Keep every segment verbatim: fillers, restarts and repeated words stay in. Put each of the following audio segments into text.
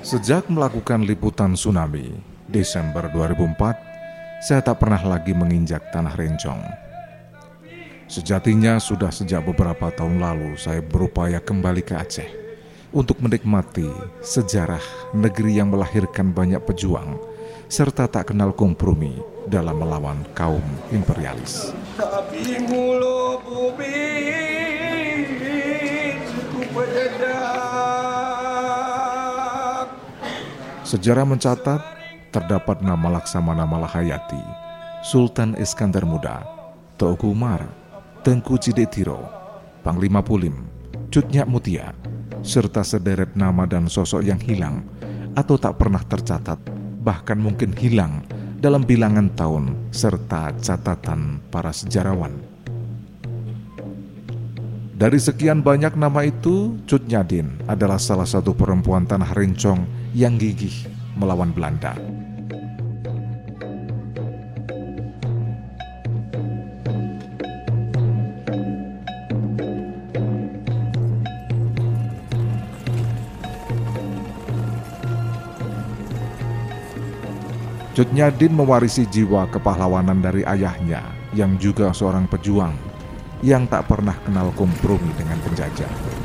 Sejak melakukan liputan tsunami Desember dua ribu empat, saya tak pernah lagi menginjak tanah Rencong. Sejatinya sudah sejak beberapa tahun lalu saya berupaya kembali ke Aceh untuk menikmati sejarah negeri yang melahirkan banyak pejuang serta tak kenal kompromi dalam melawan kaum imperialis. Tapi mulu bumi cukup berdedak. Sejarah mencatat terdapat nama Laksamana Malahayati, Sultan Iskandar Muda, Teuku Umar, Tengku Cidetiro, Panglima Pulim, Cut Nyak Mutia, serta sederet nama dan sosok yang hilang atau tak pernah tercatat, bahkan mungkin hilang dalam bilangan tahun serta catatan para sejarawan. Dari sekian banyak nama itu, Cut Nyadin adalah salah satu perempuan tanah Rencong yang gigih melawan Belanda. Cut Nyadin mewarisi jiwa kepahlawanan dari ayahnya yang juga seorang pejuang yang tak pernah kenal kompromi dengan penjajah.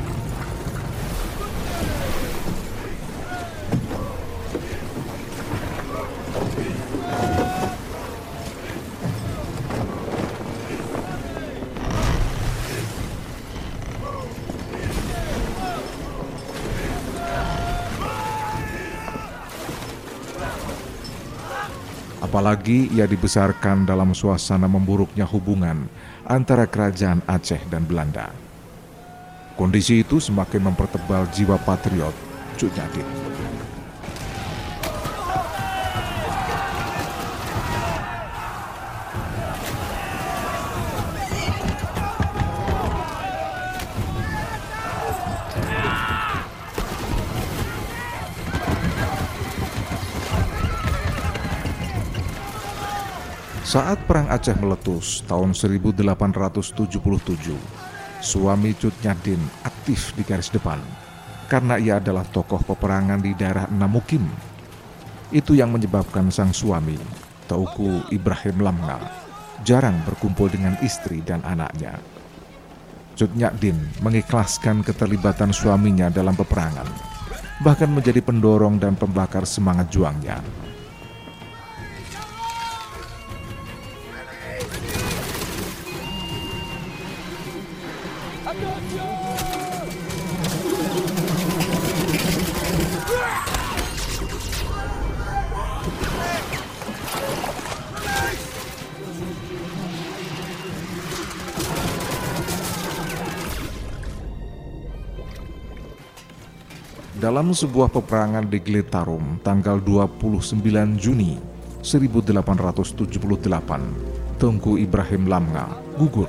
Apalagi ia dibesarkan dalam suasana memburuknya hubungan antara kerajaan Aceh dan Belanda. Kondisi itu semakin mempertebal jiwa patriot Cut Nyadin. Saat Perang Aceh meletus tahun seribu delapan ratus tujuh puluh tujuh, suami Cut Nyadin aktif di garis depan karena ia adalah tokoh peperangan di daerah Enam Mukim. Itu yang menyebabkan sang suami, Teuku Ibrahim Lamnga, jarang berkumpul dengan istri dan anaknya. Cut Nyadin mengikhlaskan keterlibatan suaminya dalam peperangan, bahkan menjadi pendorong dan pembakar semangat juangnya. Dalam sebuah peperangan di Glitarum tanggal dua puluh sembilan Juni seribu delapan ratus tujuh puluh delapan, Tengku Ibrahim Lamnga gugur.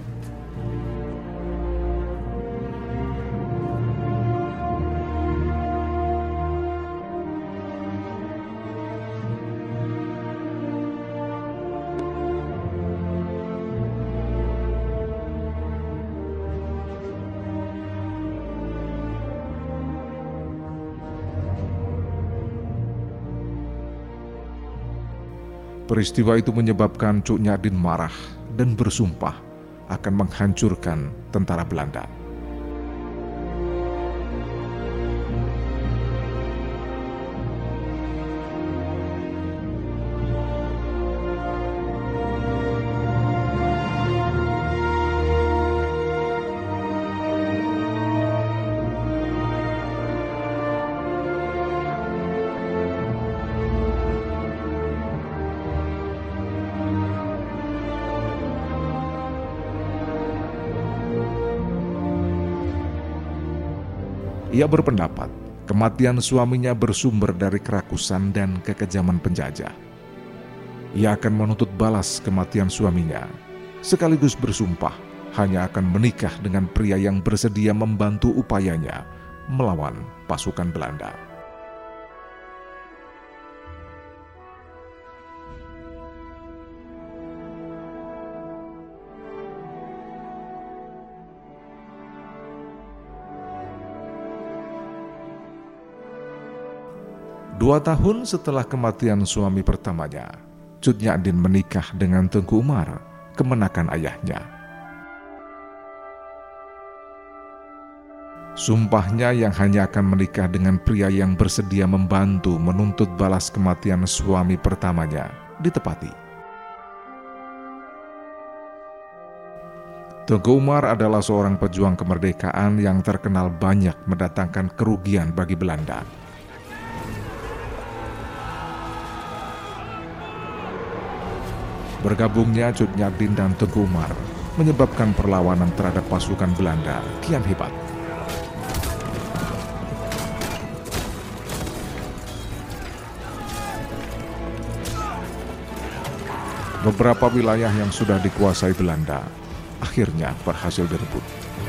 Peristiwa itu menyebabkan Cut Nyadin marah dan bersumpah akan menghancurkan tentara Belanda. Ia berpendapat kematian suaminya bersumber dari kerakusan dan kekejaman penjajah. Ia akan menuntut balas kematian suaminya, sekaligus bersumpah hanya akan menikah dengan pria yang bersedia membantu upayanya melawan pasukan Belanda. Dua tahun setelah kematian suami pertamanya, Cut Nyak Dien menikah dengan Tengku Umar, kemenakan ayahnya. Sumpahnya yang hanya akan menikah dengan pria yang bersedia membantu menuntut balas kematian suami pertamanya ditepati. Tengku Umar adalah seorang pejuang kemerdekaan yang terkenal banyak mendatangkan kerugian bagi Belanda. Bergabungnya Cut Nyak Dien dan Tengku Umar menyebabkan perlawanan terhadap pasukan Belanda kian hebat. Beberapa wilayah yang sudah dikuasai Belanda akhirnya berhasil direbut.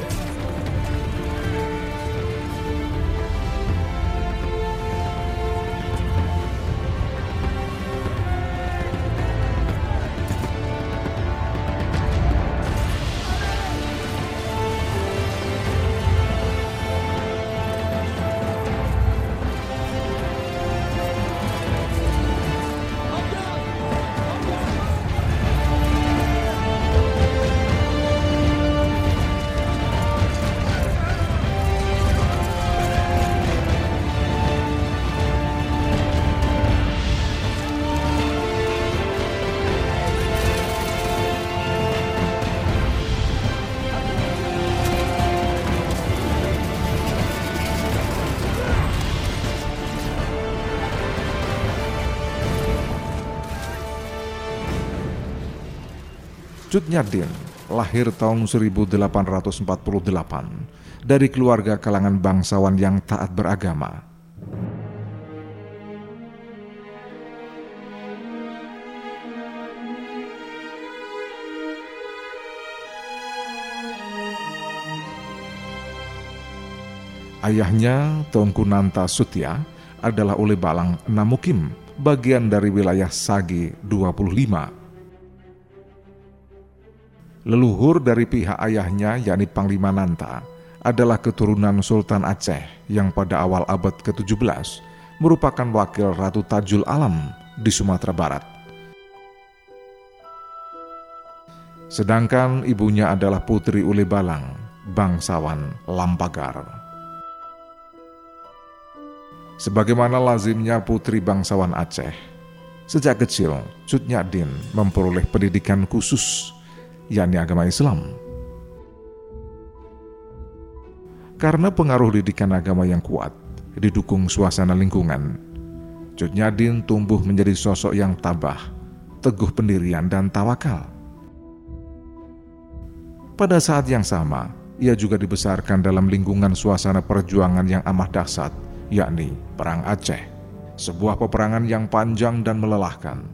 Cut Nyak Dien lahir tahun seribu delapan ratus empat puluh delapan dari keluarga kalangan bangsawan yang taat beragama. Ayahnya, Tengku Nanta Sutya, adalah Ule Balang Namukim, bagian dari wilayah Sage dua puluh lima. Leluhur dari pihak ayahnya, yakni Panglima Nanta, adalah keturunan Sultan Aceh yang pada awal abad ke tujuh belas merupakan wakil Ratu Tajul Alam di Sumatera Barat. Sedangkan ibunya adalah putri Ule Balang, bangsawan Lampagar. Sebagaimana lazimnya putri bangsawan Aceh, sejak kecil Cut Nyak Dien memperoleh pendidikan khusus, yakni agama Islam. Karena pengaruh didikan agama yang kuat, didukung suasana lingkungan, Cut Nyak Dien tumbuh menjadi sosok yang tabah, teguh pendirian dan tawakal. Pada saat yang sama, ia juga dibesarkan dalam lingkungan suasana perjuangan yang amat dahsyat, yakni Perang Aceh, sebuah peperangan yang panjang dan melelahkan.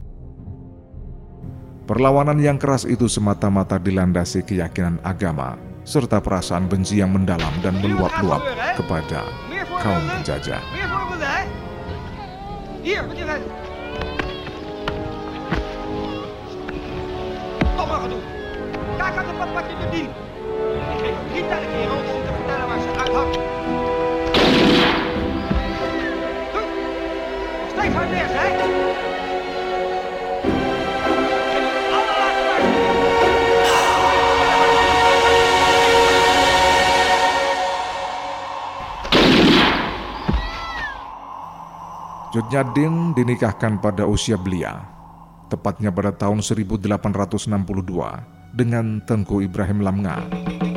Perlawanan yang keras itu semata-mata dilandasi keyakinan agama serta perasaan benci yang mendalam dan meluap-luap kepada kaum penjajah. Cut Nyak Dien dinikahkan pada usia belia, tepatnya pada tahun seribu delapan ratus enam puluh dua dengan Tengku Ibrahim Lamnga.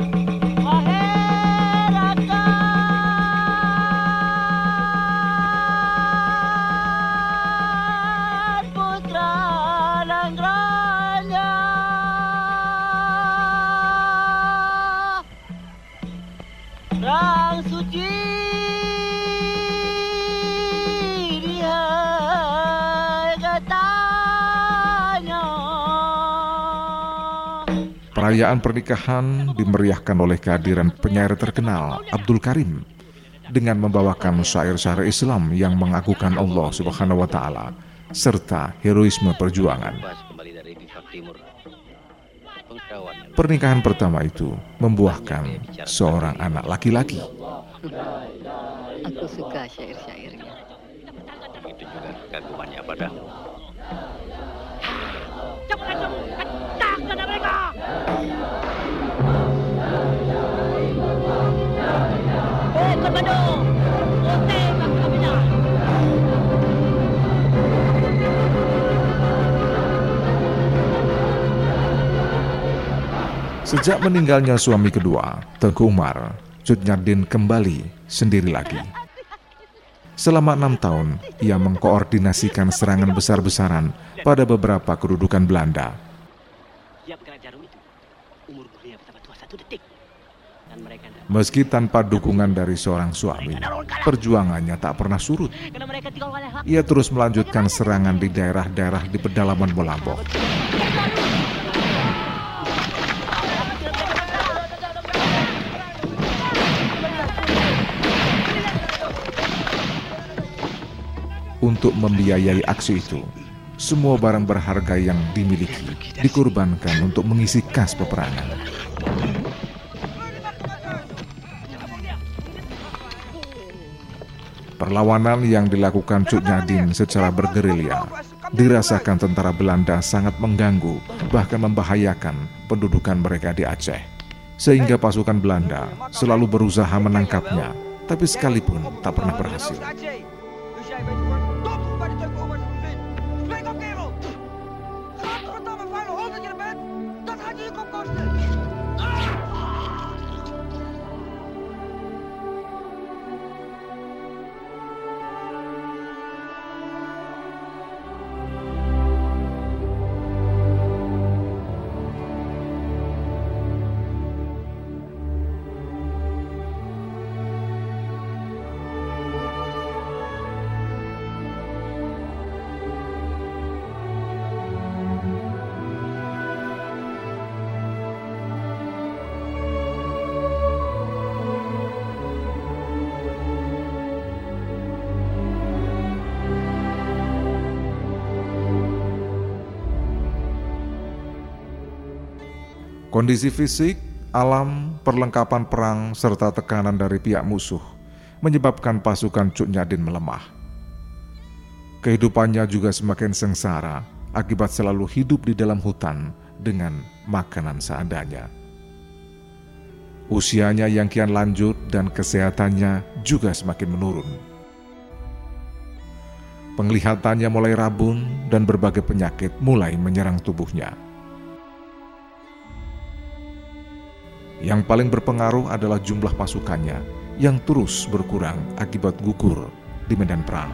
Perayaan pernikahan dimeriahkan oleh kehadiran penyair terkenal Abdul Karim dengan membawakan syair-syair Islam yang mengagukan Allah Subhanahu wa Ta'ala serta heroisme perjuangan. Pernikahan pertama itu membuahkan seorang anak laki-laki. Aku suka syair-syairnya. begitu juga kekagumannya padamu. Cepat aja, kencangkan mereka! Oh, Korbado! Oke, Kapitana! Sejak meninggalnya suami kedua, Tengku Umar, Cut Nyadin kembali sendiri lagi. Selama enam tahun, ia mengkoordinasikan serangan besar-besaran pada beberapa kedudukan Belanda. Meski tanpa dukungan dari seorang suami, perjuangannya tak pernah surut. Ia terus melanjutkan serangan di daerah-daerah di pedalaman Lombok. Untuk membiayai aksi itu, semua barang berharga yang dimiliki dikorbankan untuk mengisi kas peperangan. Perlawanan yang dilakukan Cut Nyadin secara bergerilya dirasakan tentara Belanda sangat mengganggu, bahkan membahayakan pendudukan mereka di Aceh. Sehingga pasukan Belanda selalu berusaha menangkapnya, tapi sekalipun tak pernah berhasil. Kondisi fisik, alam, perlengkapan perang, serta tekanan dari pihak musuh menyebabkan pasukan Cut Nyadin melemah. Kehidupannya juga semakin sengsara akibat selalu hidup di dalam hutan dengan makanan seadanya. Usianya yang kian lanjut dan kesehatannya juga semakin menurun. Penglihatannya mulai rabun dan berbagai penyakit mulai menyerang tubuhnya. Yang paling berpengaruh adalah jumlah pasukannya yang terus berkurang akibat gugur di medan perang.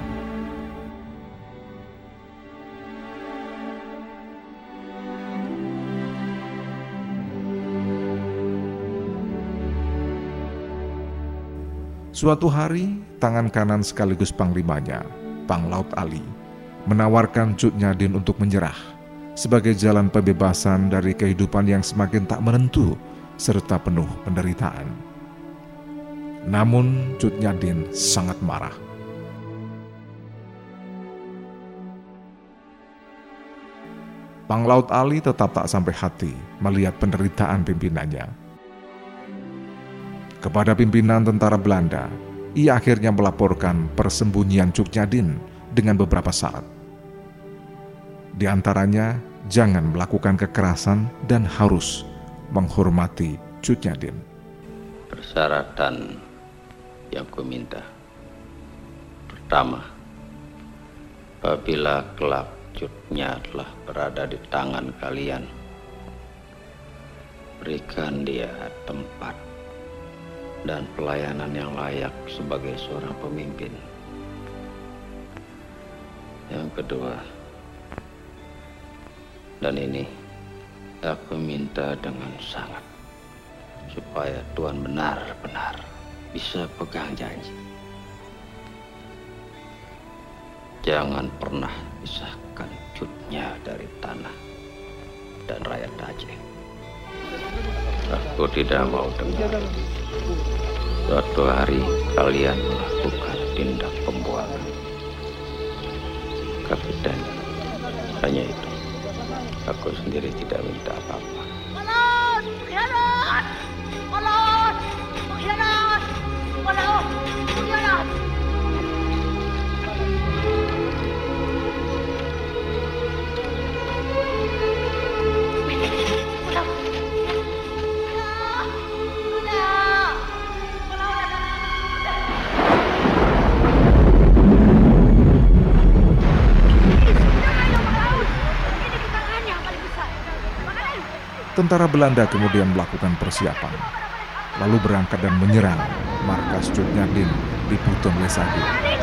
Suatu hari, tangan kanan sekaligus panglimanya, Panglaut Ali, menawarkan Cut Nyadin untuk menyerah sebagai jalan pembebasan dari kehidupan yang semakin tak menentu serta penuh penderitaan. Namun Cut Nyadin sangat marah. Panglaut Ali tetap tak sampai hati melihat penderitaan pimpinannya. Kepada pimpinan tentara Belanda, ia akhirnya melaporkan persembunyian Cut Nyadin dengan beberapa syarat. Di antaranya, jangan melakukan kekerasan dan harus menghormati Cut Nyadin. Persyaratan yang ku minta, pertama, apabila kelak Cutnya telah berada di tangan kalian, berikan dia tempat dan pelayanan yang layak sebagai seorang pemimpin. Yang kedua, dan ini aku minta dengan sangat, supaya Tuhan benar-benar bisa pegang janji. Jangan pernah pisahkan Cutnya dari tanah dan rakyat Aceh. Aku tidak mau dengar suatu hari kalian melakukan tindak pembuangan. Kapiten, hanya itu. Aku sendiri tidak minta apa-apa. Malas! Pengkhianat! Malas! Pengkhianat! Malas! Pengkhianat! Tentara Belanda kemudian melakukan persiapan, lalu berangkat dan menyerang markas Cut Nyaddin di Buton Lesage.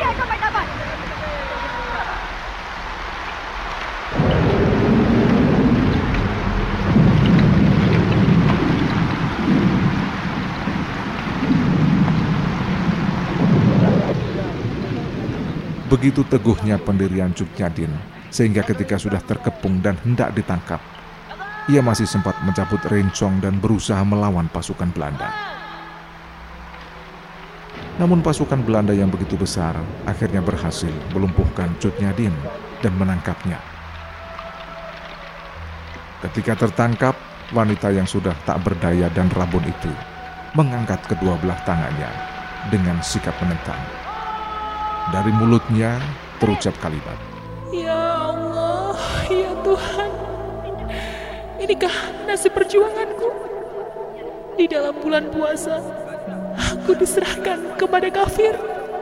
Begitu teguhnya pendirian Cut Nyaddin, sehingga ketika sudah terkepung dan hendak ditangkap, ia masih sempat mencabut rencong dan berusaha melawan pasukan Belanda. Namun pasukan Belanda yang begitu besar akhirnya berhasil melumpuhkan Cut Nyaddin dan menangkapnya. Ketika tertangkap, wanita yang sudah tak berdaya dan rabun itu mengangkat kedua belah tangannya dengan sikap menentang. Dari mulutnya terucap kalimat, "Ya Allah, ya Tuhan, inikah nasib perjuanganku? Di dalam bulan puasa, aku diserahkan kepada kafir."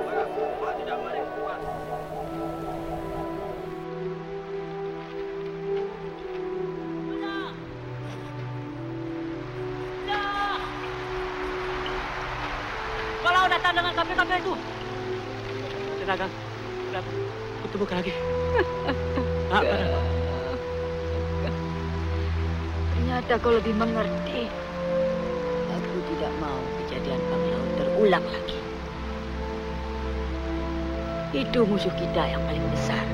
Kalau datang dengan kafir-kafir itu, Dagang, kutemukan lagi. Ah, ternyata kau lebih mengerti. Aku tidak mau kejadian Banglaut terulang lagi. Itu musuh kita yang paling besar.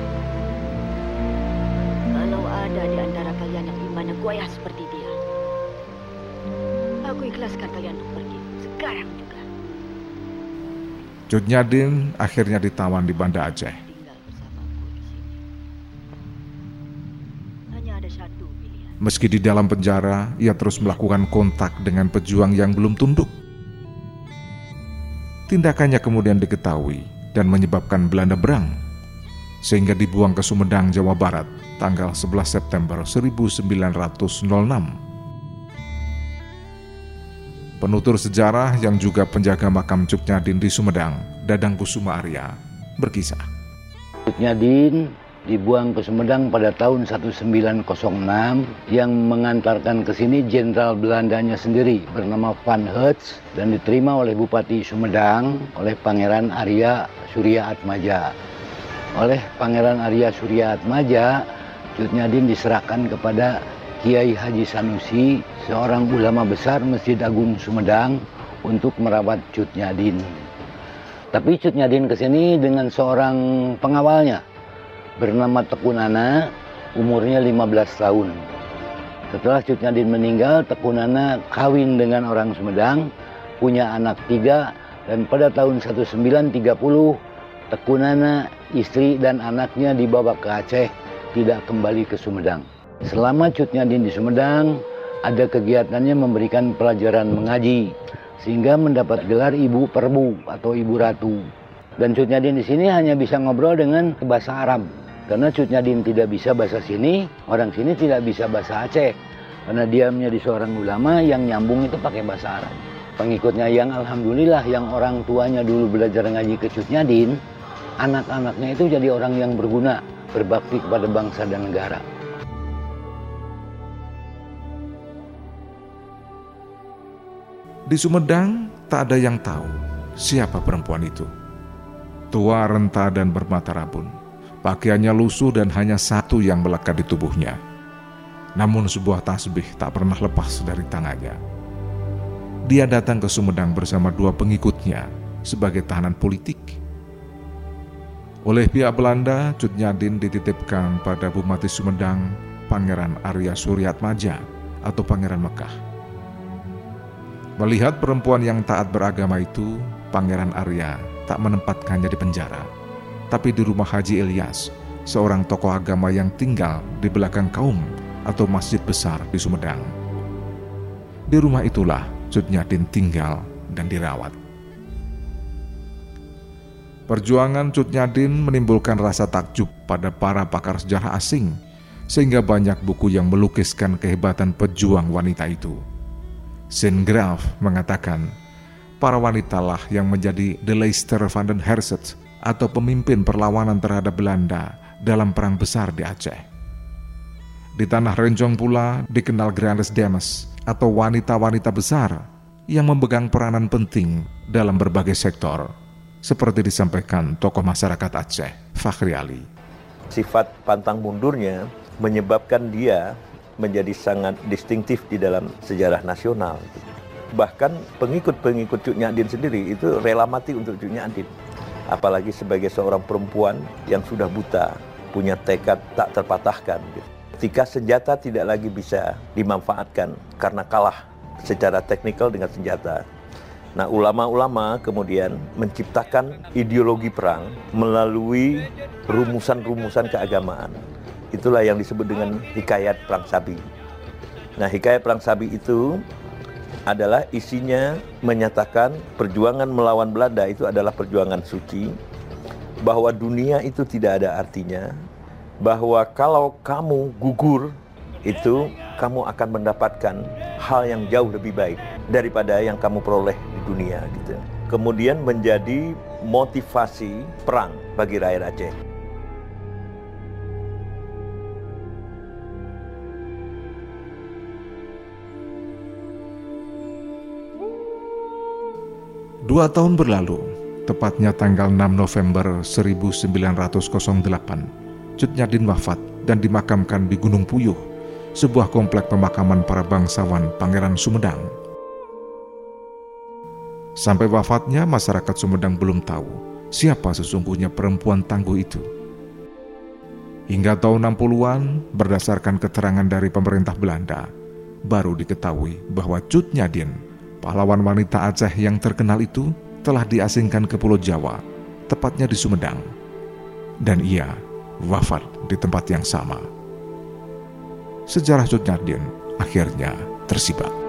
Kalau ada di antara kalian yang imannya goyah seperti dia, aku ikhlaskan kalian untuk pergi sekarang juga. Cut Nyaddin akhirnya ditawan di Banda Aceh. Meski di dalam penjara, ia terus melakukan kontak dengan pejuang yang belum tunduk. Tindakannya kemudian diketahui dan menyebabkan Belanda berang, sehingga dibuang ke Sumedang, Jawa Barat, tanggal sebelas September seribu sembilan ratus enam. Penutur sejarah yang juga penjaga makam Cut Nyaddin di Sumedang, Dadang Kusuma Arya, berkisah. Cut Nyaddin dibuang ke Sumedang pada tahun seribu sembilan ratus enam, yang mengantarkan ke sini jenderal Belandanya sendiri bernama Van Hertz dan diterima oleh Bupati Sumedang oleh Pangeran Arya Surya Atmaja. Oleh Pangeran Arya Surya Atmaja, Cut Nyaddin diserahkan kepada Kiai Haji Sanusi, seorang ulama besar Masjid Agung Sumedang, untuk merawat Cut Nyaddin. Tapi Cut Nyaddin ke sini dengan seorang pengawalnya bernama Teku Nana, umurnya lima belas tahun. Setelah Cut Nyaddin meninggal, Teku Nana kawin dengan orang Sumedang, punya anak tiga, dan pada tahun seribu sembilan ratus tiga puluh, Teku Nana, istri dan anaknya dibawa ke Aceh, tidak kembali ke Sumedang. Selama Cut Nyaddin di Sumedang, ada kegiatannya memberikan pelajaran mengaji, sehingga mendapat gelar Ibu Perbu atau Ibu Ratu. Dan Cut Nyaddin di sini hanya bisa ngobrol dengan bahasa Arab, karena Cut Nyaddin tidak bisa bahasa sini, orang sini tidak bisa bahasa Aceh, karena dia menjadi seorang ulama yang nyambung itu pakai bahasa Arab. Pengikutnya yang alhamdulillah, yang orang tuanya dulu belajar ngaji ke Cut Nyaddin, anak-anaknya itu jadi orang yang berguna, berbakti kepada bangsa dan negara. Di Sumedang tak ada yang tahu siapa perempuan itu. Tua, renta, dan bermata rabun. Pakaiannya lusuh dan hanya satu yang melekat di tubuhnya. Namun sebuah tasbih tak pernah lepas dari tangannya. Dia datang ke Sumedang bersama dua pengikutnya sebagai tahanan politik. Oleh pihak Belanda, Cut Nyaddin dititipkan pada Bupati Sumedang, Pangeran Arya Surya Atmaja atau Pangeran Mekah. Melihat perempuan yang taat beragama itu, Pangeran Arya tak menempatkannya di penjara, tapi di rumah Haji Ilyas, seorang tokoh agama yang tinggal di belakang kaum atau masjid besar di Sumedang. Di rumah itulah Cut Nyaddin tinggal dan dirawat. Perjuangan Cut Nyaddin menimbulkan rasa takjub pada para pakar sejarah asing, sehingga banyak buku yang melukiskan kehebatan pejuang wanita itu. Sint Graaf mengatakan, para wanitalah yang menjadi De Leicester van den Herseth atau pemimpin perlawanan terhadap Belanda dalam perang besar di Aceh. Di tanah Renjong pula dikenal Grandes Dames atau wanita-wanita besar yang memegang peranan penting dalam berbagai sektor, seperti disampaikan tokoh masyarakat Aceh, Fakhri Ali. Sifat pantang mundurnya menyebabkan dia menjadi sangat distintif di dalam sejarah nasional. Bahkan pengikut-pengikut Cut Nyak Dien sendiri itu rela mati untuk Cut Nyak Dien. Apalagi sebagai seorang perempuan yang sudah buta, punya tekad tak terpatahkan. Ketika senjata tidak lagi bisa dimanfaatkan karena kalah secara teknikal dengan senjata. Nah, ulama-ulama kemudian menciptakan ideologi perang melalui rumusan-rumusan keagamaan. Itulah yang disebut dengan Hikayat Perang Sabi. Nah, Hikayat Perang Sabi itu adalah isinya menyatakan perjuangan melawan Belanda itu adalah perjuangan suci, bahwa dunia itu tidak ada artinya, bahwa kalau kamu gugur, itu kamu akan mendapatkan hal yang jauh lebih baik daripada yang kamu peroleh di dunia. Gitu. Kemudian menjadi motivasi perang bagi rakyat Aceh. Dua tahun berlalu, tepatnya tanggal enam November seribu sembilan ratus delapan, Cut Nyak Dien wafat dan dimakamkan di Gunung Puyuh, sebuah komplek pemakaman para bangsawan Pangeran Sumedang. Sampai wafatnya, masyarakat Sumedang belum tahu siapa sesungguhnya perempuan tangguh itu. Hingga tahun enam puluhan, berdasarkan keterangan dari pemerintah Belanda, baru diketahui bahwa Cut Nyak Dien, pahlawan wanita Aceh yang terkenal itu, telah diasingkan ke Pulau Jawa, tepatnya di Sumedang. Dan ia wafat di tempat yang sama. Sejarah Cut Nyak Dien akhirnya tersibak.